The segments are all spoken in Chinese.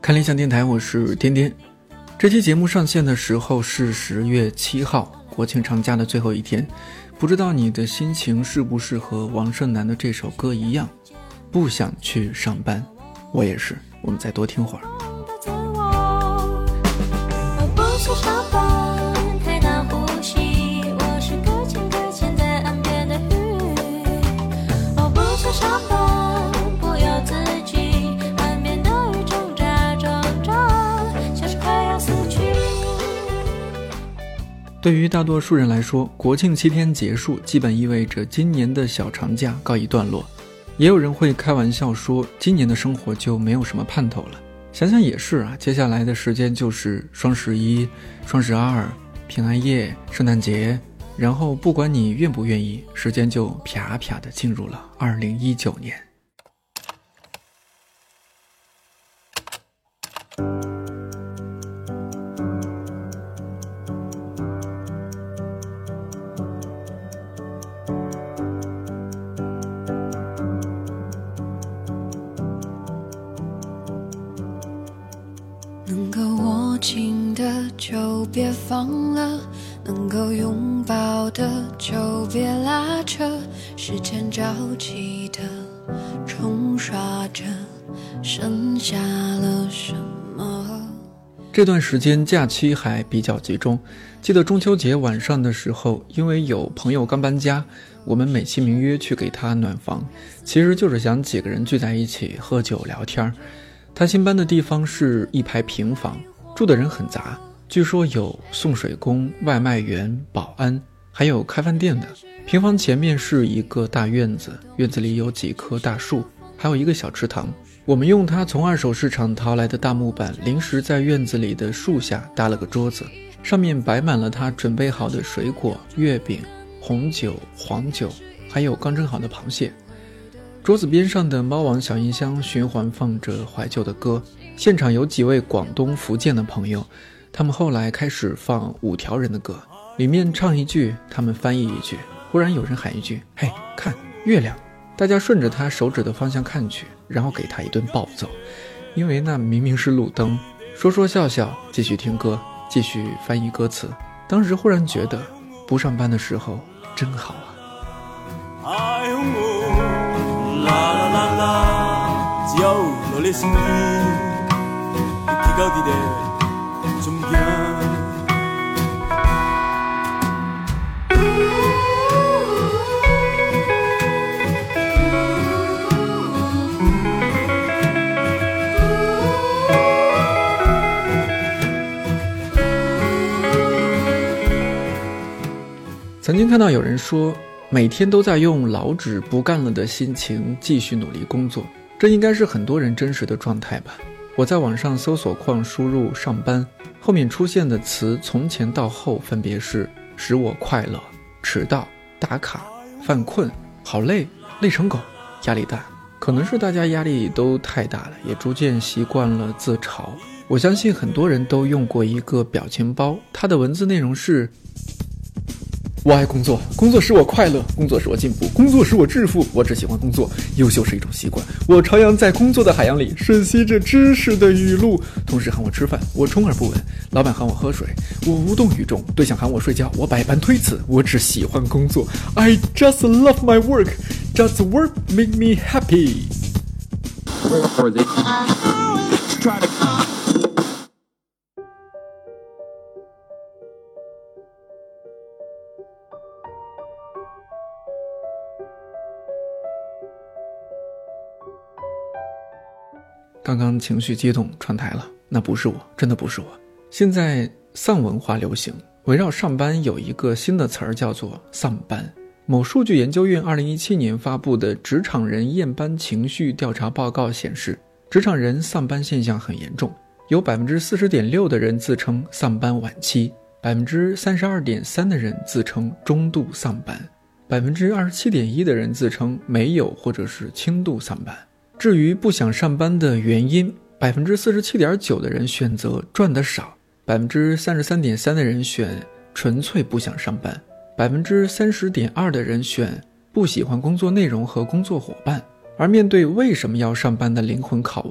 看理想电台，我是天天。这期节目上线的时候是10月7号，国庆长假的最后一天。不知道你的心情是不是和王胜男的这首歌一样，不想去上班。我也是，我们再多听会儿。对于大多数人来说，国庆7天结束基本意味着今年的小长假告一段落。也有人会开玩笑说，今年的生活就没有什么盼头了。想想也是啊，接下来的时间就是双11、双12、平安夜、圣诞节，然后不管你愿不愿意，时间就啪啪地进入了2019年。 能够握紧的就别放了，能够拥抱的就别拉扯，时间着急的冲刷着，剩下了什么？ 这段时间假期还比较集中，记得中秋节晚上的时候，因为有朋友刚搬家，我们美其名曰去给他暖房，其实就是想几个人聚在一起喝酒聊天。他新搬的地方是一排平房，住的人很杂，据说有送水工、外卖员、保安，还有开饭店的。平房前面是一个大院子，院子里有几棵大树，还有一个小池塘。我们用他从二手市场淘来的大木板，临时在院子里的树下搭了个桌子，上面摆满了他准备好的水果、月饼、红酒、黄酒，还有刚蒸好的螃蟹。桌子边上的猫王小音箱循环放着怀旧的歌，现场有几位广东、福建的朋友，他们后来开始放5条人的歌，里面唱一句，他们翻译一句。忽然有人喊一句：“嘿，看月亮！”大家顺着他手指的方向看去，然后给他一顿暴揍，因为那明明是路灯。说说笑笑，继续听歌，继续翻译歌词。当时忽然觉得，不上班的时候真好啊。曾经看到有人说，每天都在用老子不干了的心情继续努力工作，这应该是很多人真实的状态吧。我在网上搜索框输入上班，后面出现的词从前到后分别是使我快乐、迟到、打卡、犯困、好累、累成狗、压力大。可能是大家压力都太大了，也逐渐习惯了自嘲。我相信很多人都用过一个表情包，它的文字内容是：我爱工作，工作使我快乐，工作使我进步，工作使我致富，我只喜欢工作，优秀是一种习惯，我徜徉在工作的海洋里，吮吸着知识的雨露，同事喊我吃饭，我充耳不闻，老板喊我喝水，我无动于衷，对象喊我睡觉，我百般推辞，我只喜欢工作。 I just love my work, just work make me happy。 刚刚情绪激动串台了，那不是我，真的不是我。现在丧文化流行，围绕上班有一个新的词儿叫做丧班。某数据研究院2017年发布的职场人厌班情绪调查报告显示，职场人丧班现象很严重，有 40.6% 的人自称丧班晚期， 32.3% 的人自称中度丧班， 27.1% 的人自称没有或者是轻度丧班。至于不想上班的原因， 47.9% 的人选择赚得少， 33.3% 的人选纯粹不想上班， 30.2% 的人选不喜欢工作内容和工作伙伴。而面对为什么要上班的灵魂拷问，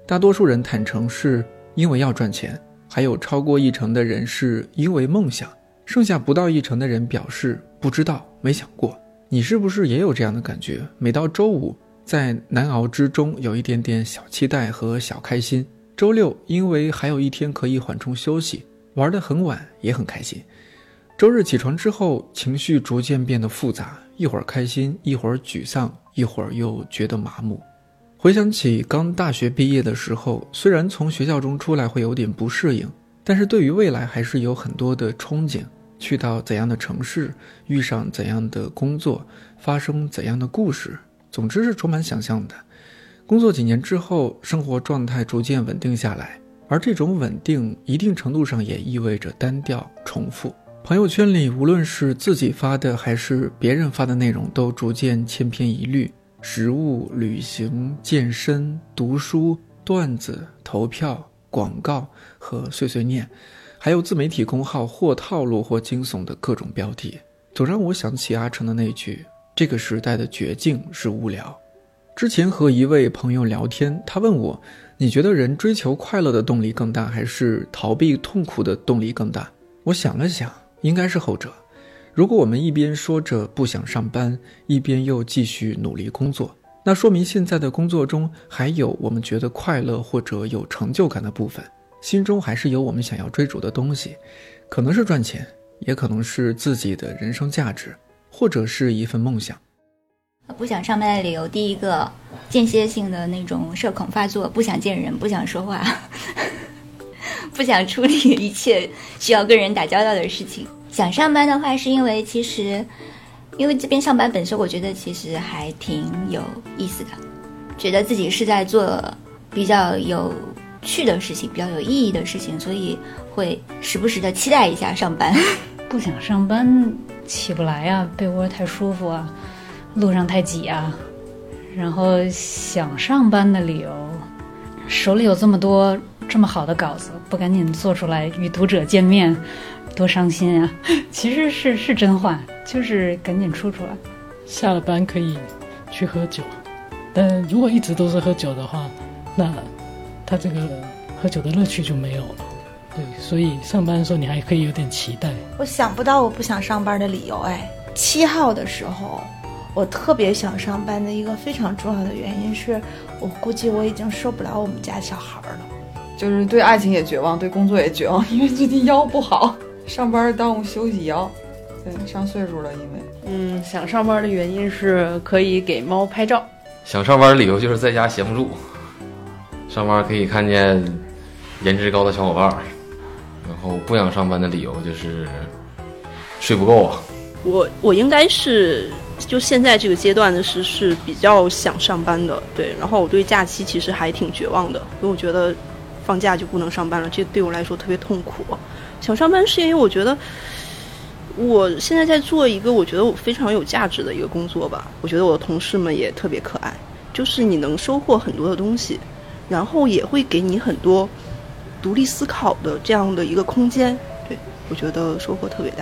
大多数人坦诚是因为要赚钱，还有超过1成的人是因为梦想，剩下不到1成的人表示不知道，没想过。你是不是也有这样的感觉？每到周五，在难熬之中有一点点小期待和小开心，周六因为还有1天可以缓冲休息，玩得很晚也很开心。周日起床之后，情绪逐渐变得复杂，一会儿开心，一会儿沮丧，一会儿又觉得麻木。回想起刚大学毕业的时候，虽然从学校中出来会有点不适应，但是对于未来还是有很多的憧憬，去到怎样的城市，遇上怎样的工作，发生怎样的故事，总之是充满想象的。工作几年之后，生活状态逐渐稳定下来，而这种稳定一定程度上也意味着单调重复。朋友圈里无论是自己发的还是别人发的内容都逐渐千篇一律，食物、旅行、健身、读书、段子、投票、广告和碎碎念，还有自媒体公号或套路或惊悚的各种标题，总让我想起阿成的那句：这个时代的绝境是无聊。之前和一位朋友聊天，他问我，你觉得人追求快乐的动力更大，还是逃避痛苦的动力更大？我想了想，应该是后者。如果我们一边说着不想上班，一边又继续努力工作，那说明现在的工作中还有我们觉得快乐或者有成就感的部分，心中还是有我们想要追逐的东西，可能是赚钱，也可能是自己的人生价值，或者是一份梦想。 不想上班的理由，第一个，间歇性的那种社恐发作，不想见人，不想说话不想处理一切需要跟人打交道的事情。想上班的话是因为这边上班本身我觉得其实还挺有意思的，觉得自己是在做比较有趣的事情，比较有意义的事情，所以会时不时的期待一下上班。 不想上班起不来啊，被窝太舒服啊，路上太挤啊。然后想上班的理由，手里有这么多这么好的稿子，不赶紧做出来与读者见面，多伤心啊。其实是真话，就是赶紧出来。 下了班可以去喝酒，但如果一直都是喝酒的话，那他这个喝酒的乐趣就没有了。对，所以上班的时候你还可以有点期待。 我想不到我不想上班的理由。7号的时候我特别想上班的一个非常重要的原因是，我估计我已经受不了我们家小孩了， 就是对爱情也绝望，对工作也绝望，因为最近腰不好，上班耽误休息腰。对，上岁数了，因为想上班的原因是可以给猫拍照。 想上班的理由就是在家闲不住，上班可以看见颜值高的小伙伴。然后不想上班的理由就是睡不够啊。 我应该是就现在这个阶段的是比较想上班的，对。然后我对假期其实还挺绝望的，因为我觉得放假就不能上班了，这对我来说特别痛苦。想上班是因为我觉得我现在在做一个我觉得我非常有价值的一个工作吧。我觉得我的同事们也特别可爱，就是你能收获很多的东西，然后也会给你很多独立思考的这样的一个空间。对，我觉得收获特别大。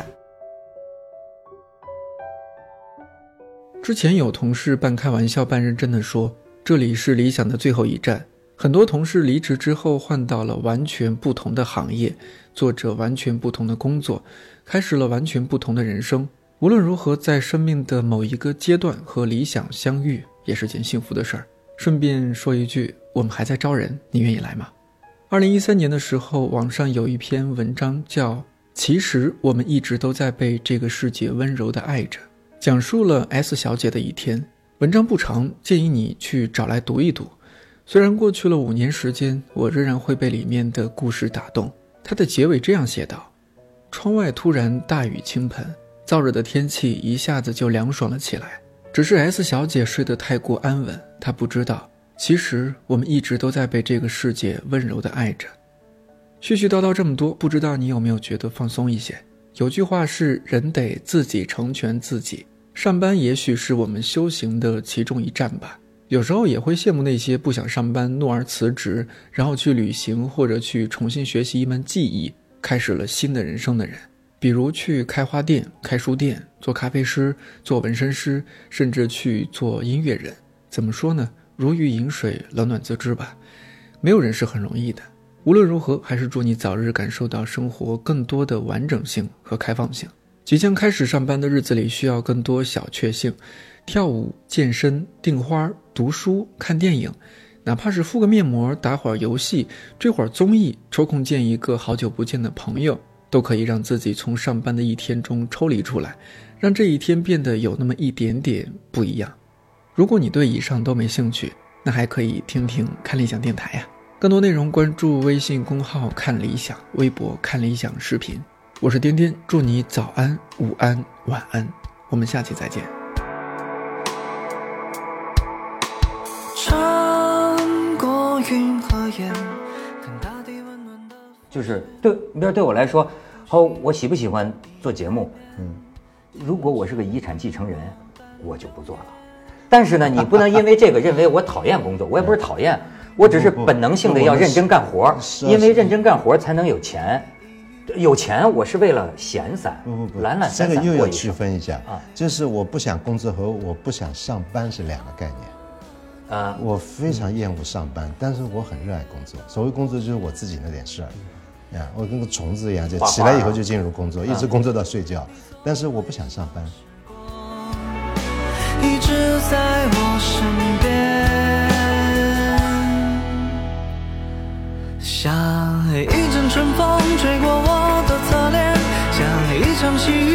之前有同事半开玩笑半认真地说，这里是理想的最后一站。很多同事离职之后换到了完全不同的行业，做着完全不同的工作，开始了完全不同的人生。无论如何，在生命的某一个阶段和理想相遇也是件幸福的事儿。顺便说一句，我们还在招人，你愿意来吗？2013年的时候，网上有一篇文章叫其实我们一直都在被这个世界温柔地爱着，讲述了 S 小姐的一天。文章不长，建议你去找来读一读。虽然过去了5年时间，我仍然会被里面的故事打动。它的结尾这样写道：窗外突然大雨倾盆，燥热的天气一下子就凉爽了起来。只是 S 小姐睡得太过安稳，她不知道其实我们一直都在被这个世界温柔地爱着。絮絮叨叨这么多，不知道你有没有觉得放松一些？有句话是人得自己成全自己，上班也许是我们修行的其中一站吧。有时候也会羡慕那些不想上班怒而辞职，然后去旅行或者去重新学习一门技艺，开始了新的人生的人。比如去开花店、开书店、做咖啡师、做纹身师，甚至去做音乐人。怎么说呢？如鱼饮水，冷暖自知吧。 没有人是很容易的。无论如何，还是祝你早日感受到生活更多的完整性和开放性。即将开始上班的日子里，需要更多小确幸，跳舞、健身、订花、读书、看电影，哪怕是敷个面膜、打会儿游戏、追会儿综艺、抽空见一个好久不见的朋友，都可以让自己从上班的一天中抽离出来，让这一天变得有那么一点点不一样。如果你对以上都没兴趣，那还可以听听看理想电台呀。更多内容关注微信公号看理想，微博看理想视频。我是颠颠，祝你早安、午安、晚安，我们下期再见。 穿过云和烟，跟大地温暖的就是对我来说，我喜不喜欢做节目？如果我是个遗产继承人，我就不做了。但是呢，你不能因为这个认为我讨厌工作，我也不是讨厌，我只是本能性的要认真干活，因为认真干活才能有钱。有钱我是为了闲散，懒懒散散。 这个又要区分一下啊，就是我不想工作和我不想上班是两个概念。我非常厌恶上班，但是我很热爱工作。所谓工作就是我自己那点事儿，我跟个虫子一样，就起来以后就进入工作，一直工作到睡觉。但是我不想上班。 一直在我身边，像一阵春风吹过我的侧脸，像一场细雨